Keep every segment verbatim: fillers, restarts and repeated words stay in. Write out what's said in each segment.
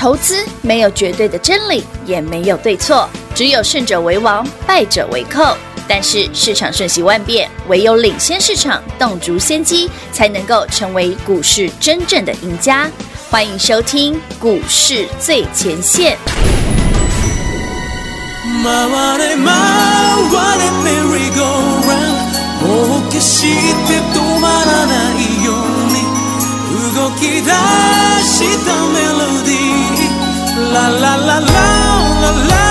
投资没有绝对的真理，也没有对错，只有胜者为王，败者为寇。但是市场瞬息万变，唯有领先市场，洞烛先机，才能够成为股市真正的赢家。欢迎收听股市最前线。 回れ回れメリーゴーラウンドもう決して止まらないように動き出したメロディーララララララ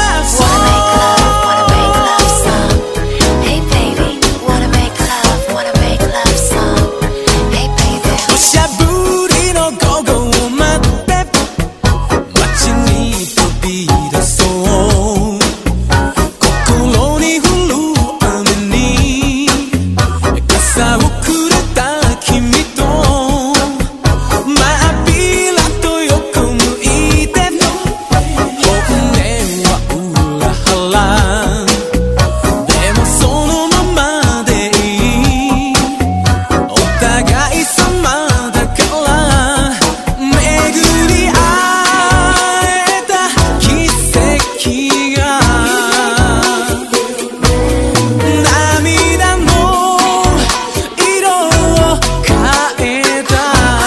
Wanna make love, wanna make love song. Hey baby, wanna make love, wanna make love song. Hey baby. 土砂降りの午後を待って街に飛び出そう心に降る雨に傘をくれた君と真っ平と横向いて本音は裏腹でもそのままでいいお互い様だから巡り会えた奇跡が涙の色を変えた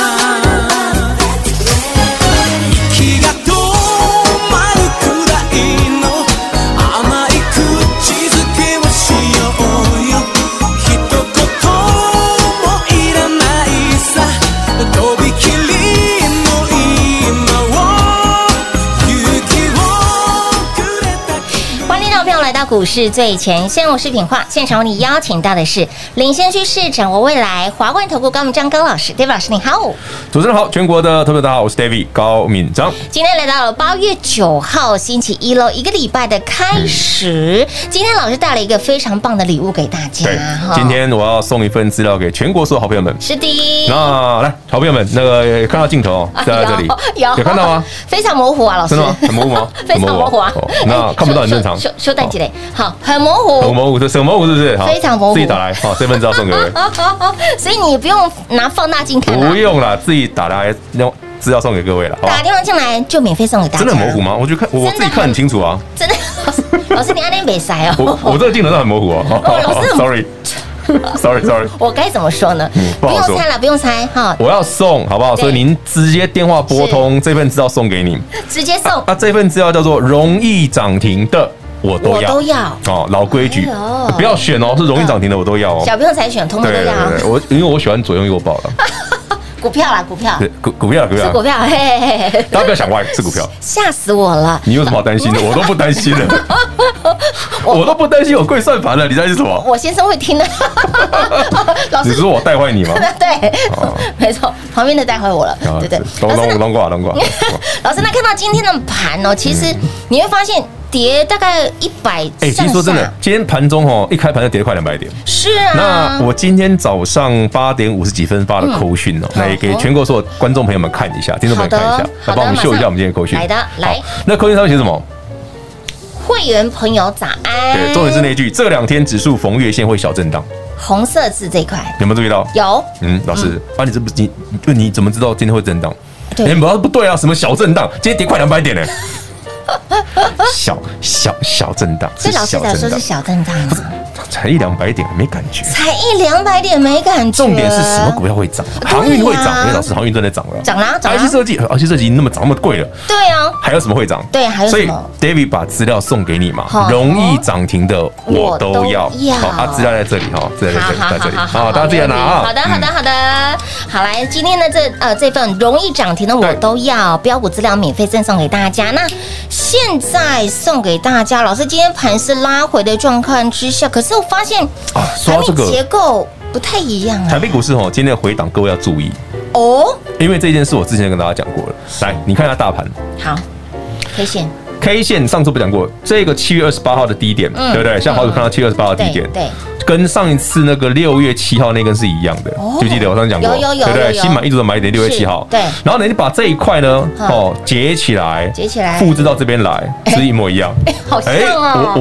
息が止まるくらいの甘い口づけをしようよ一言もいらないさとびきりの今を勇気をくれた欢迎听众朋友来到股市最前线，我是品化。现场为你邀请到的是领先趋势、掌握未来华冠投顾高敏章高老师 ，David 老师，你好。 主持人好，全国的投资者大家好，我是 David 高敏章。 今天来到了八月九号星期一喽，一个礼拜的开始。今天老师带了一个非常棒的礼物给大家。 对， 哈今天我要送一份资料给全国所有好朋友们。 是的。 那来，好朋友们，那个看到镜头哦，在这里有有有看到吗？ 非常模糊啊，老师。 真的吗？很模糊吗？ 非常模糊啊。 哦那看不到很正常。 修修带几类，好，很模糊。 很模糊，这什么模糊是不是？好非常模糊自己打来，好，这份资料送给各位。 所以你不用拿放大镜看啊， 不用啦，自己打来用资料送给各位了，好吧打？电话进来就免费送给大家。 真的很模糊吗？我觉得看我自己看很清楚啊。 真的，老师，老师你按那没塞我哦。 我这个镜头上很模糊哦。 哦老师 ，sorry。Sorry Sorry， 我该怎么说呢？ 嗯不不好说用猜了，不用猜哈， 我要送，好不好？ 对所以您直接电话拨通，这份资料送给你。 直接送， 啊，这份资料叫做容易涨停的，我都要。 我都要。 哦，老规矩哎呦， 不要选哦，是容易涨停的我都要哦。 小朋友才选，通通对对都要。 对，我因为我喜欢左拥右抱的。 股票啦，股票对，股股票股票， 是股票，嘿嘿嘿嘿， 大家不要想歪，是股票。 吓死我了！ 你有什么好担心的？我都不担心的，我都不担心，我跪算盘了，你担心什么？ 我先生会听的。老师你说我带坏你吗？ 对哦， 没错，旁边的带坏我了，对对。 东老师东东挂东挂。 老师，那看到今天的盘哦，其实你会发现跌大概一百哎，其实说真的，今天盘中哦，一开盘就跌了快两百点。 是啊。 那我今天早上八点五十几分发的扣讯哦，来给全国所有观众朋友们看一下，听众朋友们看一下，来帮我们秀一下我们今天的扣讯。 来的，来。 那扣讯上面写什么？ 会员朋友早安。 对，重点是那句，这两天指数逢月线会小震荡。 红色字这一块有没有注意到？ 有。 嗯，老师，啊，你这不你你你怎么知道今天会震荡？ 对， 哎，不不对啊，什么小震荡？今天跌快两百点呢。小小小震荡， 所以老师才说是小震荡， 才一两百点没感觉， 才一两百点没感觉。 重点是什么股票会涨？航运会涨，因为老师航运真的涨了， 涨啦涨啦。 I C 设计，I C 设计那么涨那么贵了， 对啊， 还有什么会涨？ 对，还有什么？ 所以 David 把资料送给你嘛，容易涨停的我都要。好，啊，资料在这里哈，资料在这里，在这里，好，大家自己拿啊。 好的，好的，好的。好，来，今天的这呃这份容易涨停的我都要，标股资料免费赠送给大家。那现在送给大家，老师今天盘是拉回的状况之下，可是我发现啊，说到这个结构不太一样啊。 台北股市哦，今天的回档各位要注意哦， 因为这件事我之前跟大家讲过了。来，你看一下大盘， 好 ，K 线。 K 线上次不讲过，这个七月二十八号的低点， 嗯、 对不对？像好久看到七月二十八号的低点， 对， 跟上一次那个六月七号那根是一样的， 哦、 就记得我上次讲过， 有有有对不对？新买一组的买点六月七号， 对。 然后呢，你把这一块呢，哦，截起来， 截起来， 复制到这边来，是一模一样。 哎，好像哦。 我我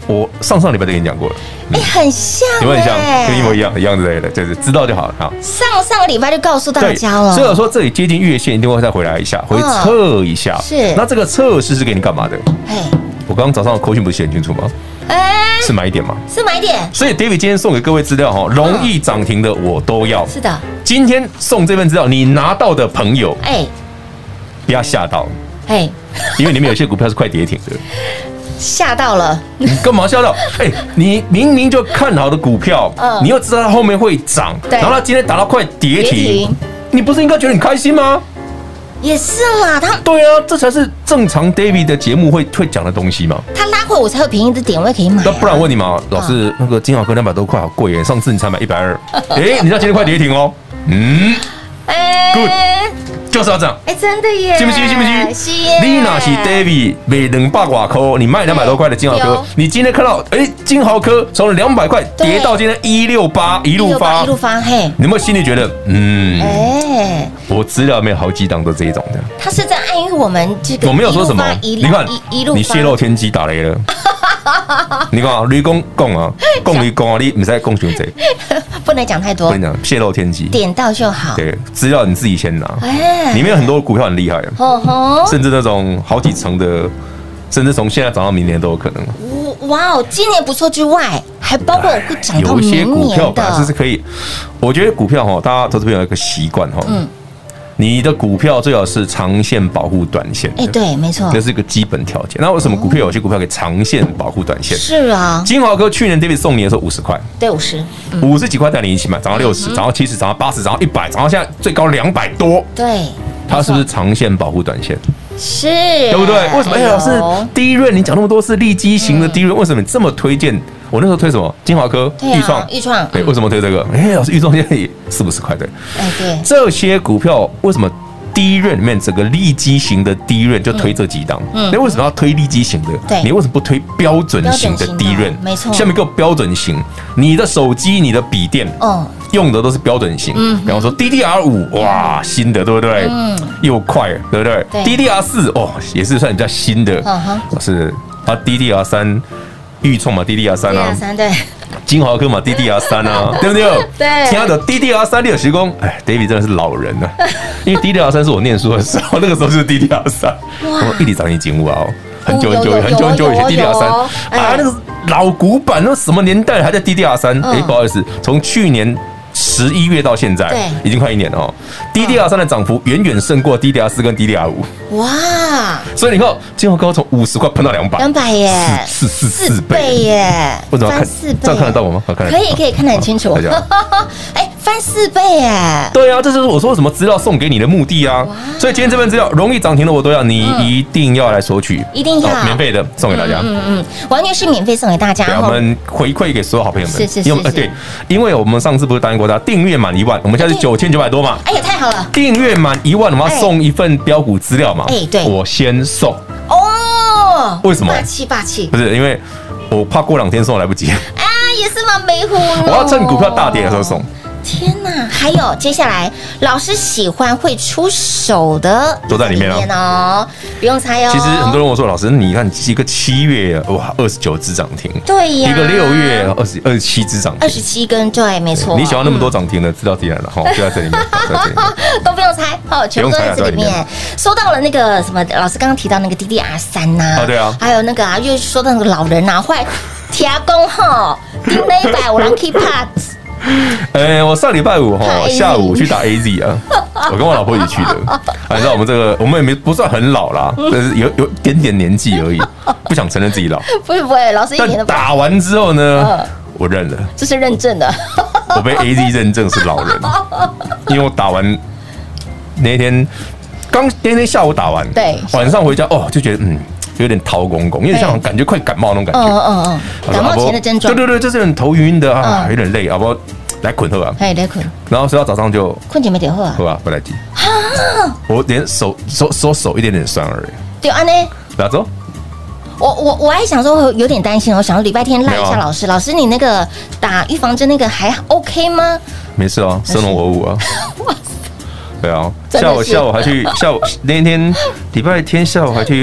我上上礼拜就跟你讲过了， 哎，很像， 有没有很像？跟一模一样，一样之类的，就是知道就好了。好， 上上个礼拜就告诉大家了， 所以我说这里接近月线，一定会再回来一下，回测一下。 是， 那这个测试是给你干嘛的？ 哎， 我刚刚早上的扣讯不是写很清楚吗？ 哎， 是买点吗？ 是买点。 所以 David 今天送给各位资料哈，容易涨停的我都要。 是的， 今天送这份资料，你拿到的朋友， 哎， 不要吓到， 哎， 因为里面有些股票是快跌停的。 吓到了， 你干嘛吓到？哎、欸，你明明就看好的股票，嗯、你又知道它后面会涨，然后它今天打到快跌停，你不是应该觉得很开心吗？ 也是啦，他对啊，这才是正常 David 的节目会会讲的东西嘛。 他拉回我才有便宜的点位可以买、啊。 那不然问你嘛，老师，嗯、那个金豪科两百多块好贵耶，上次你才买一百二，哎，你知道今天快跌停哦，嗯，哎、欸、，good。就是要这样， 哎，真的耶， 信不信？信不信？ 信耶！ 你那是 David 卖两百瓦科，你卖两百多块的金豪科，你今天看到，哎，金豪科从两百块跌到今天一六八，一路发， 一路发，嘿， 你有没有心里觉得，嗯， 哎， 我资料里面好几档都这一种的。 他是在暗喻我们这个， 我没有说什么，你看，你泄露天机打雷了。你讲啊，你讲讲啊，讲你讲啊，你不使讲伤济， 不能讲太多， 不能讲泄露天机， 点到就好。对， 资料你自己先拿。 哎， 里面有很多股票很厉害，甚至那种好几成的，甚至从现在涨到明年都有可能。 哇哦，今年不错之外，还包括会涨到有一些股票的， 这是可以。我觉得股票哈，大家投资朋友有一个习惯哈，嗯。你的股票最好是长线保护短线的， 哎，对，没错， 这是一个基本条件。那为什么股票有些股票可以长线保护短线？ 是啊， 金华科去年 David 送你的时候五十块， 对，五十， 五十几块带你一起买，涨到六十，涨到七十，涨到八十，涨到一百，涨到现在最高两百多， 对， 它是不是长线保护短线？ 是， 对不对？为什么？哎，老师，第一润你讲那么多是利基型的第一润，为什么你这么推荐？我那时候推什么？金华科、裕创、 裕创， 对，为什么推这个？哎，老师，裕创现在也四五十块的， 哎，对， 这些股票为什么？第一润里面整个利基型的第一润就推这几档，嗯，那为什么要推利基型的？ 对， 你为什么不推标准型的第一润？ 没错， 下面给我标准型，你的手机、你的笔电，哦，用的都是标准型，嗯，比方说 D D R 五，哇，新的，对不对？嗯，又快，对不对？对 ，D D R 四，哦，也是算比较新的，嗯是啊 ，D D R 三，裕创嘛 ，D D R 三啊 ，D D R 三对。金华科嘛 ，D D R 三啊，对不对？ 对， 亲爱的 D D R 三六十公，哎 ，David 真的是老人了，因为 D D R 三是我念书的时候，那个时候就是 D D R 三，我一直涨一景物啊，很久很久很久很久以前 D D R 三啊，那个老古板，那什么年代还在 D D R 三？哎，不好意思，从去年十一月到现在，已经快一年了哦。D D R 三的涨幅远远胜过 D D R 四跟 D D R 五。哇！所以你看，金华科从五十块喷到两百， 两百耶， 四四四倍耶！ 为什么看这样看得到我吗？ 可以可以看得很清楚。哎，翻四倍耶！ 对啊，这就是我说什么资料送给你的目的啊。所以今天这份资料容易涨停的我都要，你一定要来索取， 一定要免费的送给大家。嗯嗯，完全是免费送给大家。 我们回馈给所有好朋友们。 是是是。 对，因为我们上次不是答应过大家，订阅满一万，我们现在是九千九百多嘛。 哎呀，太好了！ 订阅满一万，我们要送一份标股资料嘛。 哎，对， 我先送。 哦， 为什么？ 霸气霸气！ 不是因为我怕过两天送来不及。 啊，也是蛮没糊。 我要趁股票大跌的时候送。 天哪！还有接下来，老师喜欢会出手的都在里面哦，不用猜哦。 其实很多人我说，老师，你看一个七月哇，二十九只涨停， 对呀， 一个六月二十二十七只涨停， 二十七根，对，没错。 你喜欢那么多涨停的，知道自己来了哈，就在这里面， 都不用猜，好，全部都在这里面。说到了那个什么，老师刚刚提到那个 D D R 三呐， 啊对啊， 还有那个啊，又说到那个老人呐，坏铁公哈，顶了一百五人 keep parts。 哎，我上礼拜五哈下午去打 A Z 啊，我跟我老婆一起去的。你知道我们这个，我们也没不算很老啦，但是有有点点年纪而已，不想承认自己老。 不会不会，老师一点都不。 但打完之后呢，我认了， 这是认证的。 我被 A Z 认证是老人，因为我打完那天刚那天下午打完， 对， 晚上回家哦就觉得嗯。有点头公公，有点像感觉快感冒那种感觉。嗯嗯嗯，感冒前的症状。 对对对，就是有点头晕的啊，有点累，好不好？来捆喝啊， 哎，来捆。 然后睡到早上就困前没点喝啊， 喝啊，不来急。我连手手手手一点点酸而已。 对啊呢， 哪走？ 我我我还想说有点担心，我想说礼拜天赖一下老师，老师你那个打预防针那个还 OK 吗？ 没事啊，生龙活虎啊。对啊，下午下午还去下午那天礼拜天下午还去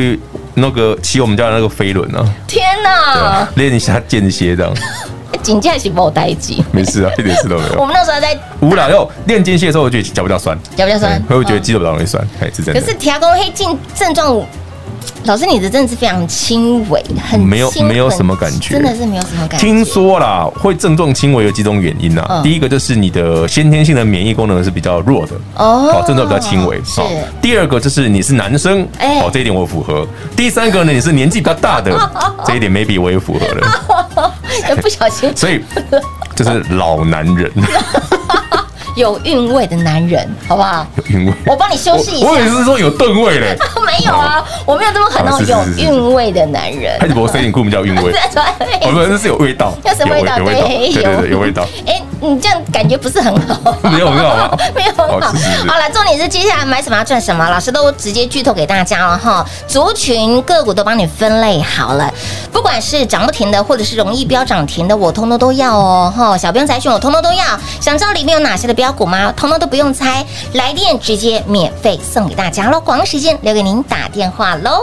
那个骑我们家的那个飞轮啊， 天对哪啊，，练一下间歇这样， 紧接是没代志。 没事啊，一点事都没有。 我们那时候在无聊，要练间歇的时候，我觉得脚比较酸， 脚比较酸对会觉得肌肉比较容易酸，哎，是真的。 可是提供黑镜症状，老师你的真的是非常轻微，很没有轻没有什么感觉真的是没有什么感觉。 听说啦，会症状轻微有几种原因啊。 嗯第一个就是你的先天性的免疫功能是比较弱的， 哦好，症状比较轻微。 是好，第二个就是你是男生， 哎好，这一点我符合。第三个呢，你是年纪比较大的，这一点 maybe 我也符合了。 不小心所以就是老男人， 有韵味的男人，好不好？ 有韵味。 我帮你修饰一下。 我我也是说有吨位嘞， 没有啊，我没有这么狠哦，有好是是是是韵味的男人。 还是我塞点裤比较韵味。我们这是有味道， 有什么味道？ 有味道，对对对，有味道。 哎，你这样感觉不是很好， 没有很好吗？ 没有很好。 哦是是是好了，重点是接下来买什么要赚什么，老师都直接剧透给大家了哈。族群个股都帮你分类好了，不管是涨不停的，或者是容易飙涨停的，我通通都要哦哈。小编财讯我通通都要，想知道里面有哪些的标股吗？通通都不用猜，来电直接免费送给大家喽。广告时间留给您打电话喽。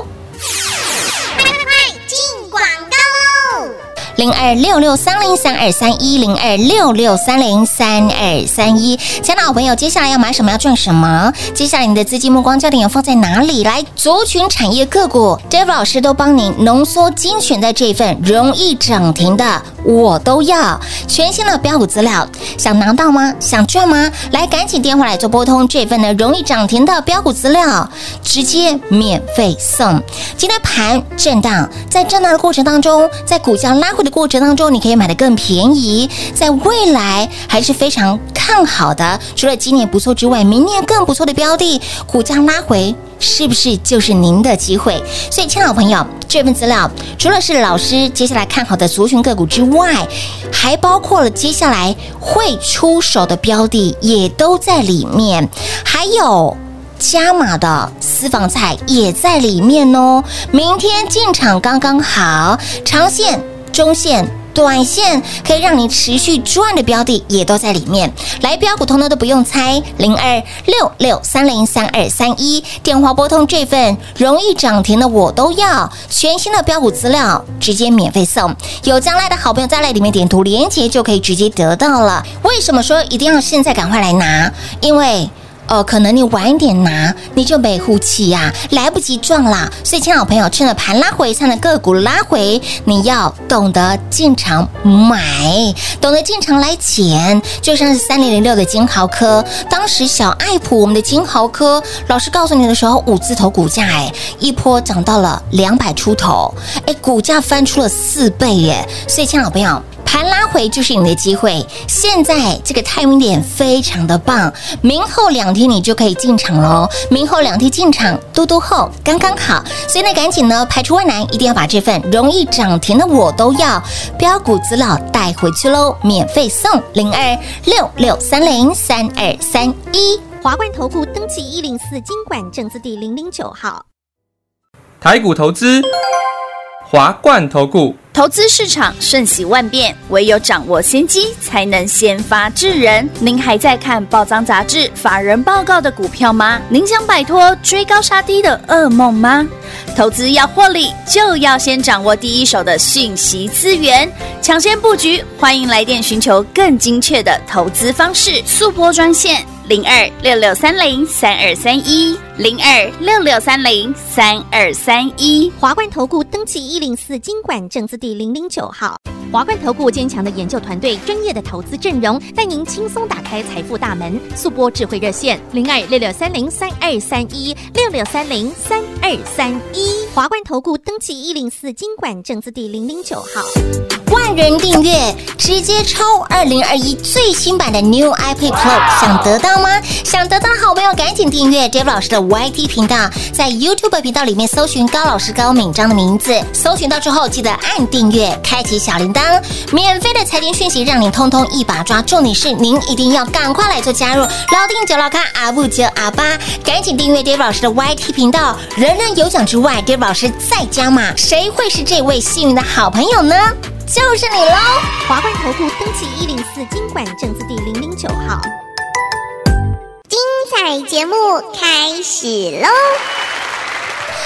零二六六三零三二三一零二六六三零三二三一，亲爱的好朋友，接下来要买什么，要赚什么？接下来你的资金目光焦点要放在哪里？来，族群产业个股 ，Dave 老师都帮您浓缩精选在这份容易涨停的，我都要全新的标股资料，想拿到吗？想赚吗？来，赶紧电话来做拨通这份呢容易涨停的标股资料，直接免费送。今天盘震荡，在震荡的过程当中，在股价拉回的过程当中，你可以买得更便宜，在未来还是非常看好的。除了今年不错之外，明年更不错的标的，股价拉回是不是就是您的机会？所以，亲爱的朋友，这份资料除了是老师接下来看好的族群个股之外，还包括了接下来会出手的标的，也都在里面，还有加码的私房菜也在里面哦。明天进场刚刚好，长线、中线、短线可以让你持续赚的标的也都在里面。来，标股通通都不用猜，零二六六三零三二三一电话拨通这份容易涨停的我都要，全新的标股资料直接免费送。有将来的好朋友再来里面点图连结就可以直接得到了。为什么说一定要现在赶快来拿？因为呃，可能你晚一点拿，你就没呼气呀，来不及赚啦。所以，亲爱的朋友，趁着盘拉回，趁着个股拉回，你要懂得进场买，懂得进场来捡。就像是三零零六的金豪科，当时小爱普我们的金豪科，老师告诉你的时候，五字头股价，哎，一波涨到了两百出头，哎，股价翻出了四倍耶。所以，亲爱的朋友，盘拉回就是你的机会，现在这个 timing 点非常的棒，明后两天你就可以进场喽。明后两天进场，嘟嘟后刚刚好，所以呢，赶紧呢排除万难，一定要把这份容易涨停的我都要标股资料带回去喽，免费送零二六六三零三二三一。 华冠投顾登记一零四金管证字第零零九号。 台股投资，华冠投顾。 投资市场瞬息万变，唯有掌握先机，才能先发制人。您还在看报章杂志、法人报告的股票吗？您想摆脱追高杀低的噩梦吗？投资要获利，就要先掌握第一手的讯息资源，抢先布局。欢迎来电寻求更精确的投资方式，速拨专线零二六六三零三二三一零二六六三零三二三一。 华冠投顾登记一零四金管证字第零零九号。华冠投顾坚强的研究团队，专业的投资阵容，带您轻松打开财富大门。速拨智慧热线零二六六三零三二三一六六三零三二三一。华冠投顾登记一零四金管证字第零零九号。 万人订阅，直接抽二零二一最新版的 New iPad Pro， 想得到吗？想得到的好朋友赶紧订阅 Dave 老师的 Y T 频道，在 YouTube 频道里面搜寻高老师高敏章的名字，搜寻到之后记得按订阅，开启小铃铛，免费的财经讯息让您通通一把抓。重点是您一定要赶快来做加入，老定九老咖阿布九阿八，赶紧订阅 Dave 老师的 Y T 频道，人人有奖之外 ，Dave 老师再加码，谁会是这位幸运的好朋友呢？就是你喽！ 华冠投顾登记一零四金管证字第零零九号。 精彩节目开始喽！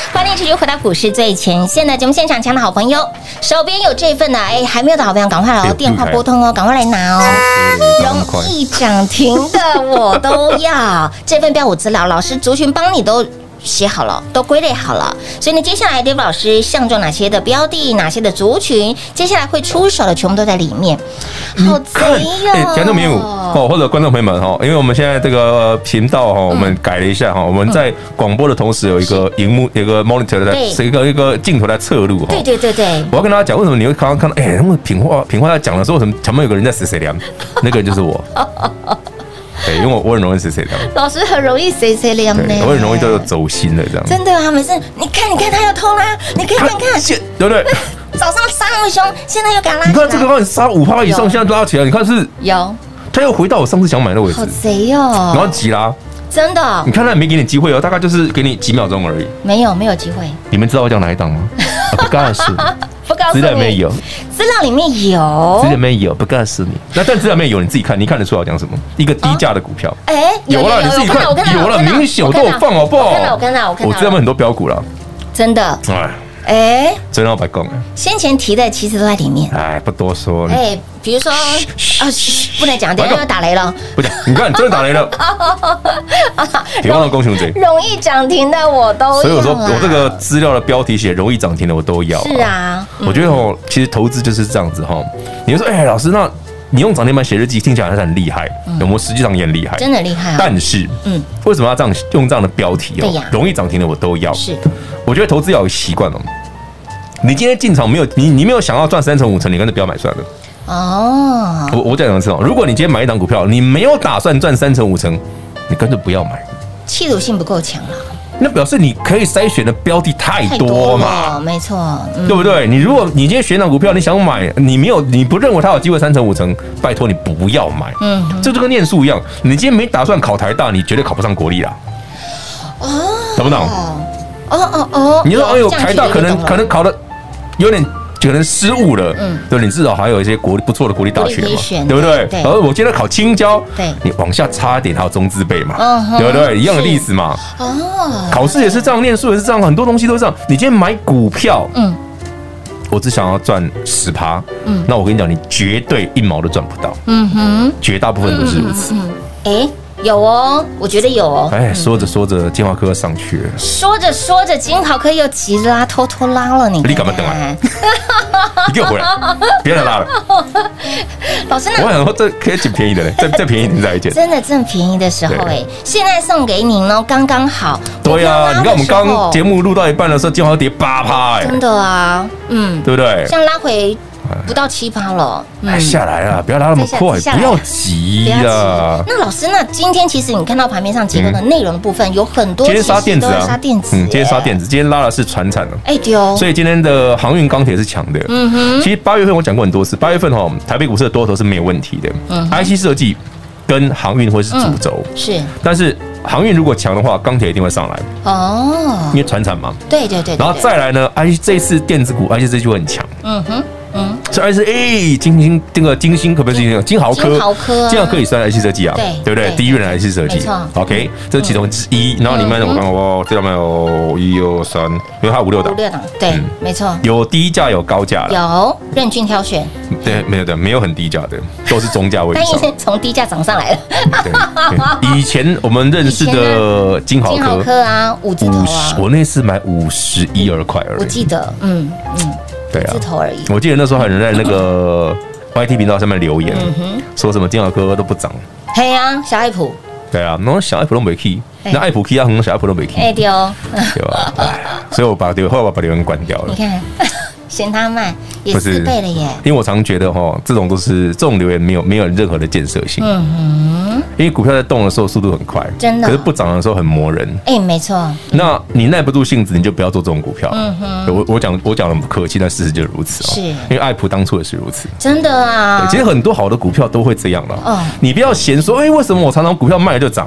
欢迎持续回到股市最前线的节目现场，强的好朋友，手边有这份的，哎，还没有的好朋友赶快来哦，电话拨通哦，赶快来拿哦。容易涨停的我都要，这份标股资料，老师族群帮你都写好了，都归类好了。所以呢，接下来 Dave 老师相中哪些的标的，哪些的族群，接下来会出手的，全部都在里面。好贼哟！ 哎，听众朋友哦，或者观众朋友们哈，因为我们现在这个频道哈，我们改了一下哈，我们在广播的同时有一个荧幕，有一个 monitor 在，是一个一个镜头在侧录哈。 对对对对。 我要跟大家讲，为什么你会刚刚看到，哎，那么品话品话在讲的时候，为什么前面有个人在谁谁凉？那个人就是我。对，因为我我很容易谁谁凉， 老师很容易谁谁凉呢， 我很容易就走心了这样。 真的啊，每次你看你看他要偷拉，你可以看看， 对不对？ 早上杀那么凶，现在又敢拉起来。 你看这个帮你杀五趴以上，现在拉起来，你看是有， 他又回到我上次想买的位置， 好贼哦， 然后急拉， 真的。 你看他也没给你机会哦，大概就是给你几秒钟而已。 没有没有机会。 你们知道我讲哪一档吗？不告诉你， 不告诉你， 资料里面有， 资料里面有， 资料里面有，不告诉你。那但资料里面有，你自己看，你看得出来我讲什么？一个低价的股票， 哎， 有了，你自己看，有了，明显我都有放，好不好？ 我看到，我看到，我看到， 我资料里面很多标股了， 真的。 哎。 哎， 真让我白讲， 先前提的其实都在里面。 哎，不多说。 哎，比如说啊，不能讲，等下要打雷了。 不讲，你看真的打雷了。别忘了公熊贼。 容易涨停的我都要。 所以我说，我这个资料的标题写容易涨停的我都要。 是啊， 我觉得哦，其实投资就是这样子哈。你就说，哎，老师，那你用涨停板写日记，听起来还是很厉害，有没有？实际上也很厉害， 真的厉害。 但是，嗯，为什么要这样用这样的标题哦？容易涨停的我都要。 是。我觉得投资要有习惯哦。你今天进场没有你你没有想要赚三成五成，你干脆不要买算了。哦，我我讲的是哦，如果你今天买一档股票，你没有打算赚三成五成，你干脆不要买。 企图性不够强了。 那表示你可以筛选的标的太多嘛， 没错， 嗯、对不对？你如果你今天选档股票，你想买，你没有，你不认为它有机会三成五成，拜托你不要买。嗯，这就跟念书一样，你今天没打算考台大，你绝对考不上国立啦。哦，懂不懂？哦哦哦，你说哎呦，台大可能可能考的有点。可能失误了，嗯，对，你至少还有一些国不错的国立大学嘛，对不对？而我今天考青交，对，你往下差一点还有中资辈嘛，对不对？一样的例子嘛。哦，考试也是这样，念书也是这样，很多东西都是这样。你今天买股票，嗯，我只想要赚十趴，嗯，那我跟你讲，你绝对一毛都赚不到，嗯哼，绝大部分都是如此。 哎。有哦，我觉得有哦。 哎，说着说着，金华科上去了。 说着说着，金华科又急拉，偷偷拉了你。 你干嘛等啊？你给我回来，别再拉了。 老师， 我想说这可以捡便宜的嘞，再再便宜一点再一捡。 真的正便宜的时候哎，现在送给您哦，刚刚好。 对呀，你看我们刚节目录到一半的时候，金华科跌八趴哎。 真的啊，嗯， 对不对？ 像拉回。不到七趴了， 哎，下来了，不要拉那么快，不要急呀。 那老师，那今天其实你看到盘面上结构的内容的部分有很多， 今天杀电子啊， 杀电子， 嗯，今天杀电子，今天拉的是传产了， 哎丢， 所以今天的航运钢铁是强的。嗯哼，其实八月份我讲过很多次，八月份哈，台北股市的多头是没有问题的。嗯 ，I C 设计跟航运会是主轴， 是， 但是航运如果强的话，钢铁一定会上来哦，因为传产嘛。 对对对， 然后再来呢 ，I 这次电子股 I C 设计会很强。嗯哼。嗯，所以 I C 哎，金星这个金星可不可以金金豪科？金豪科这样可以算 I C 设计啊，对对不对？第一轮的 I C 设计 ，OK， 这是其中之一。然后里面我刚刚哦，这里面有一二三，因为它五六档， 五六档，对，没错， 有低价有高价的， 有任君挑选。 对，没有的，没有很低价的，都是中价位以上。 但从低价涨上来了。 对，以前我们认识的金豪科， 金豪科啊，五字头啊， 我那次买五十一二块而已， 我记得，嗯嗯。 对啊， 字头而已。 我记得那时候还有人在那个 Y T 频道上面留言，说什么金豪科都不涨。 嘿呀，小爱普。 对啊，那小爱普都没 key， 那爱普 key 啊，很多小爱普都没 key。 哎丢， 对吧？哎，所以我把留后来我把留言关掉了。 你看，嫌他慢，也四倍了耶。 因为我常觉得哈，这种都是这种留言没有没有任何的建设性。嗯哼。因为股票在动的时候速度很快， 真的。 可是不涨的时候很磨人。 哎，没错。 那你耐不住性子，你就不要做这种股票。嗯哼。我我讲我讲的不客气，但事实就是如此哦。是。因为爱普当初也是如此。 真的啊。 其实很多好的股票都会这样的。哦。你不要嫌说，哎，为什么我常常股票卖了就涨？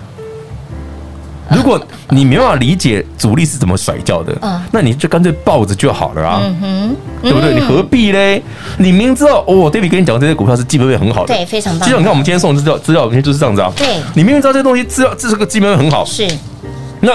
如果你没办法理解主力是怎么甩掉的，那你就干脆抱着就好了啊，对不对？你何必嘞？你明知道哦 ，David 跟你讲这些股票是基本面很好的， 对，非常棒。 就像你看我们今天送的资料，资料就是这样子啊。 对， 你明明知道这些东西资料这是个基本面很好， 是。 那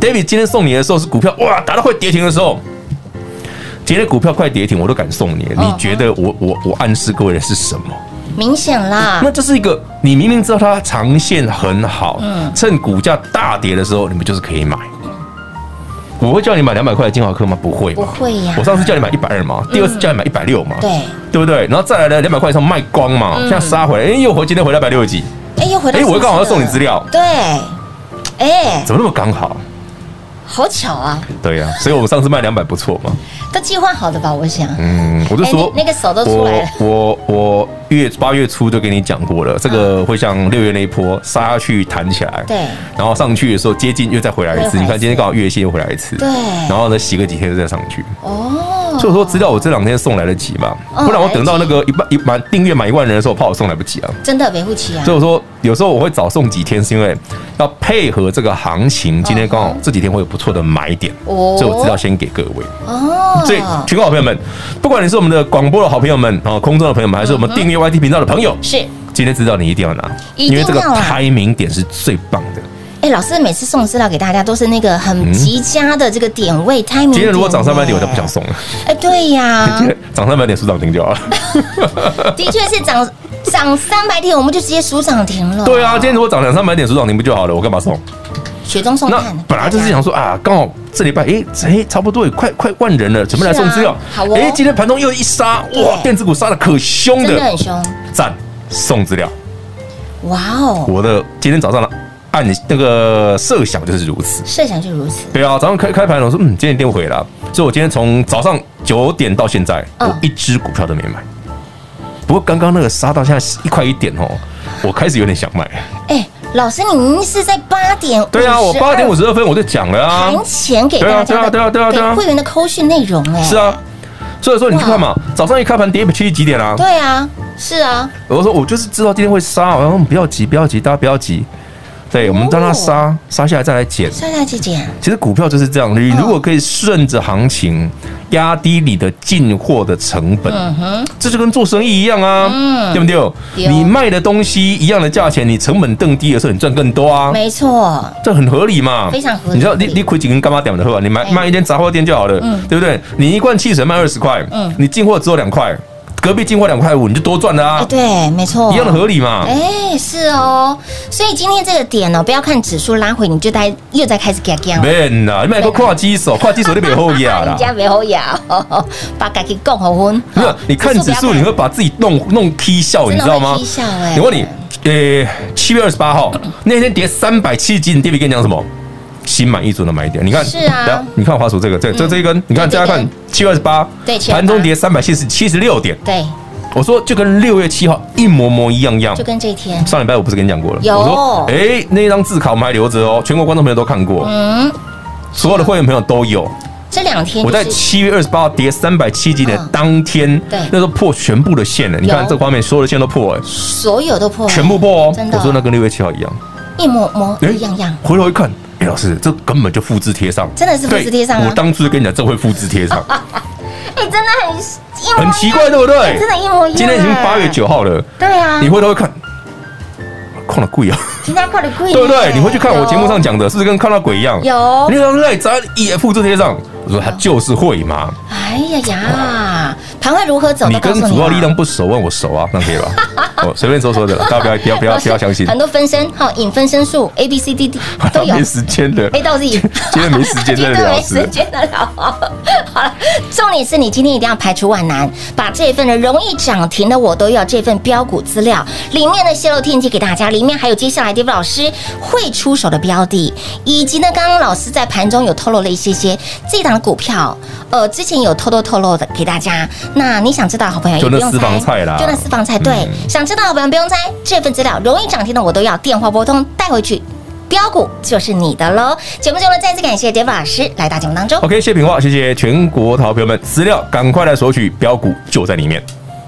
David 今天送你的时候是股票哇打到快跌停的时候，今天股票快跌停我都敢送你，你觉得我我我暗示各位的是什么？ 明显啦， 那这是一个你明明知道它长线很好，嗯，趁股价大跌的时候，你们就是可以买。我会叫你买两百块的金华科吗？不会， 不会呀。 我上次叫你买一百二嘛，第二次叫你买一百六嘛， 对， 对不对？然后再来的两百块以上卖光嘛，现在杀回来，哎，又回今天回来一百六十几， 哎，又回来， 哎，我刚好要送你资料， 对，哎， 怎么那么刚好？ 好巧啊！ 对呀、啊，所以我们上次卖两百不错嘛， 都计划好的吧？我想， 嗯，我就说、 欸、那, 那个手都出来了。 我我我月八月初就跟你讲过了，这个会像六月那一波杀下去弹起来， 对， 然后上去的时候接近又再回来一次，你看今天刚好月线又回来一次， 对， 然后呢洗个几天就再上去， 哦， 所以说资料我这两天送来得及嘛， 哦、 不然我等到那个一万一满订阅满一万人的时候，我怕我送来不及啊， 真的赔不起啊。 所以我说有时候我会早送几天，是因为要配合这个行情，今天刚好这几天会有不错的买点， 哦， 所以我资料先给各位哦， 所以全国好朋友们，不管你是我们的广播的好朋友们啊，空中的朋友们，还是我们订阅 Y T 频道的朋友， 是今天资料你一定要拿，因为这个开明点是最棒的。 哎，老师每次送资料给大家都是那个很极佳的这个点位 timing。 今天如果涨三百点，我就不想送了。 哎，对呀， 今天涨三百点数涨停就好了。 的确是涨涨三百点，我们就直接数涨停了。 对啊，今天如果涨两三百点数涨停不就好了？我干嘛送？ 雪中送炭。 那本来就是想说啊，刚好这礼拜哎哎差不多也快快万人了，准备来送资料。 好哦。 哎，今天盘中又一杀，哇，电子股杀的可凶的， 真的很凶。 赞，送资料。 哇哦！ 我的今天早上了。按那个设想就是如此， 设想就如此。 对啊，早上开开盘，我说嗯，今天跌不回了，所以我今天从早上九点到现在，我一只股票都没买。不过刚刚那个杀到现在一块一点哦，我开始有点想买。 哎，老师，你明明是在八点， 对啊，我八点五十二分我就讲了啊， 盘前给大家的， 对啊，对啊，对啊， 给会员的扣讯内容，哎， 是啊。所以说你去看嘛，早上一开盘跌七十几点啊？ 对啊，是啊。 我说我就是知道今天会杀，然后不要急，不要急，大家不要急。对，我们让它杀杀下来再来减， 杀下来再减。 其实股票就是这样，你如果可以顺着行情压低你的进货的成本，嗯哼，这就跟做生意一样啊，嗯，对不对？你卖的东西一样的价钱，你成本更低的时候，你赚更多啊， 没错， 这很合理嘛， 非常合理。 你知道你你亏几根干妈点的货，你买卖一间杂货店就好了，对不对？你一罐汽水卖二十块，嗯，你进货只有两块。隔壁进货两块五，你就多赚了啊！ 哎，对，没错， 一样的合理嘛。 哎，是哦。所以今天这个点呢，不要看指数拉回，你就在又在开始嘎嘎。 没啦，你买个跨基手，跨基手你别后牙啦。 人家别后牙，把自己讲好分。 没有，你看指数，你会把自己弄弄 K 笑，你知道吗？ K 笑哎。 我问你，呃，七月二十八号那天跌三百七十几，你 David 跟你讲什么？心满意足的买点，你看， 是啊， 你看滑鼠这个，这这这一根，你看大家看七月二十八， 对， 盘中跌三百七十七十六点， 对。 我说就跟六月七号一模模一样样， 就跟这一天。 上礼拜我不是跟你讲过了？ 有。 我说，哎，那张字卡我们还留着哦，全国观众朋友都看过，嗯，所有的会员朋友都有。 这两天我在七月二十八号跌三百七十几点当天，对，那时候破全部的线了。你看这个画面，所有的线都破了， 所有都破， 全部破哦。 真的。 我说那跟六月七号一样， 一模模一样样。 回头一看，哎，老师，这根本就复制贴上， 真的是复制贴上。 我当初就跟你讲，这会复制贴上。 哎，真的很很奇怪，对不对？ 真的，一模一样。 今天已经八月九号了， 对啊。 你回头看，看到贵啊！ 今天看到贵， 对不对？你回去看我节目上讲的，是不是跟看到鬼一样？ 有。 你让赖砸也复制贴上，我说他就是会嘛。 哎呀呀，盘会如何走？ 你跟主要力量不熟，问我熟啊，那可以吧？我随便说说的，大家不要不要不要不要相信。 很多分身，好引分身术 ，A B C D D 都有。 没时间的 ，A 到 Z， 今天没时间，真的没时间的聊。好了，重点是你今天一定要排除万难，把这份的容易涨停的我都要这份标股资料里面的泄露天机给大家，里面还有接下来 David 老师会出手的标的，以及呢刚刚老师在盘中有透露了一些些这档的股票，呃，之前有偷偷透露的给大家。那你想知道好朋友也不用猜， 就那私房菜啦， 就那私房菜。对，嗯、想知道好朋友不用猜，这份资料容易涨停的我都要电话拨通带回去。标股就是你的喽！节目中呢，再次感谢 David 老师来到节目当中。 OK， 谢谢品话，谢谢全国好朋友们，资料赶快来索取，标股就在里面。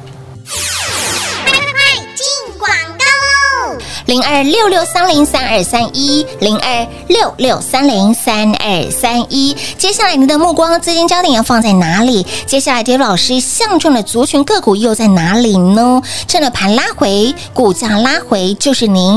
零二六六三零三二三一，零二六六三零三二三一。接下来您的目光资金焦点要放在哪里？接下来 David 老师相中的族群个股又在哪里呢？趁着盘拉回，股价拉回，就是您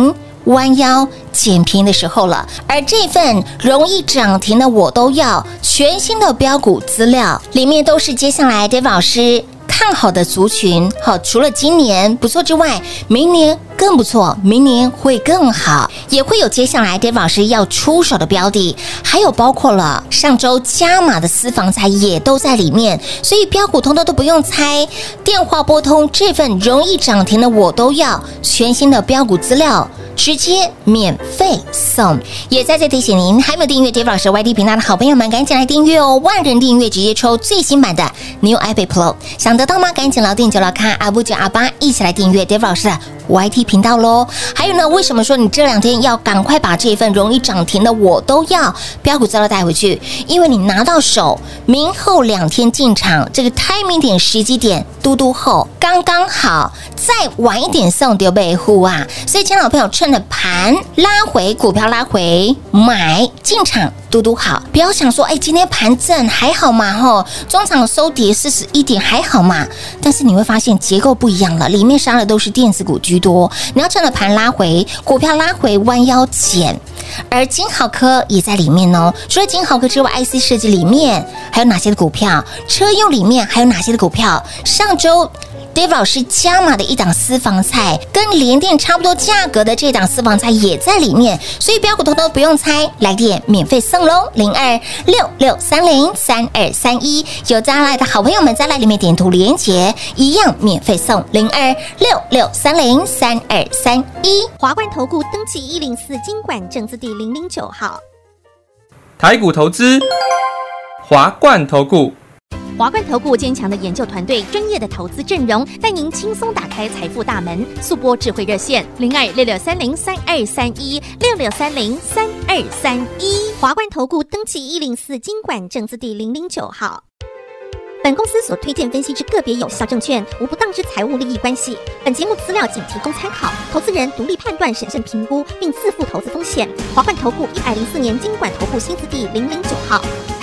弯腰捡便宜的时候了。而这份容易涨停的我都要全新的标股资料，里面都是接下来 David 老师看好的族群。好，除了今年不错之外，明年更不错，明年会更好，也会有接下来 David 老师要出手的标的，还有包括了上周加码的私房菜也都在里面，所以标股通通都不用猜，电话拨通这份容易涨停的我都要全新的标股资料，直接免费送。也在这提醒您，还没有订阅 David 老师 Y T 频道的好朋友们，赶紧来订阅哦！万人订阅直接抽最新版的 New iPad Pro， 想得到吗？赶紧牢定就牢看阿布九阿八，一起来订阅 David 老师的 Y T 频道喽！还有呢，为什么说你这两天要赶快把这份容易涨停的我都要标股资料带回去？因为你拿到手，明后两天进场，这个 timing 点时机点嘟嘟后刚刚好，再晚一点送丢被护啊！所以，亲爱的朋友，趁着盘拉回，股票拉回买进场。嘟嘟好，不要想说，哎，今天盘正还好嘛？吼，中场收跌四十一点还好嘛？但是你会发现结构不一样了，里面杀的都是电子股居多。你要趁着盘拉回，股票拉回，弯腰捡。而金豪科也在里面哦。除了金豪科之外 ，I C 设计里面还有哪些的股票？车用里面还有哪些的股票？上周David 老师加码的一档私房菜，跟联电差不多价格的这档私房菜也在里面，所以标股通通不用猜，来电免费送喽，零二六六三零三二三一，有加来的好朋友们再来里面点图连结，一样免费送，零二六六三零三二三一。 华冠投顾登记一零四金管证字第零零九号。 台股投资，华冠投顾。 华冠投顾坚强的研究团队，专业的投资阵容，带您轻松打开财富大门。速播智慧热线零二六六三零三二三一六六三零三二三一。华冠投顾登记一零四金管证字第零零九号。本公司所推荐分析之个别有效证券，无不当之财务利益关系。本节目资料仅提供参考，投资人独立判断、审慎评估，并自负投资风险。华冠投顾一百零四年金管投顾新字第零零九号。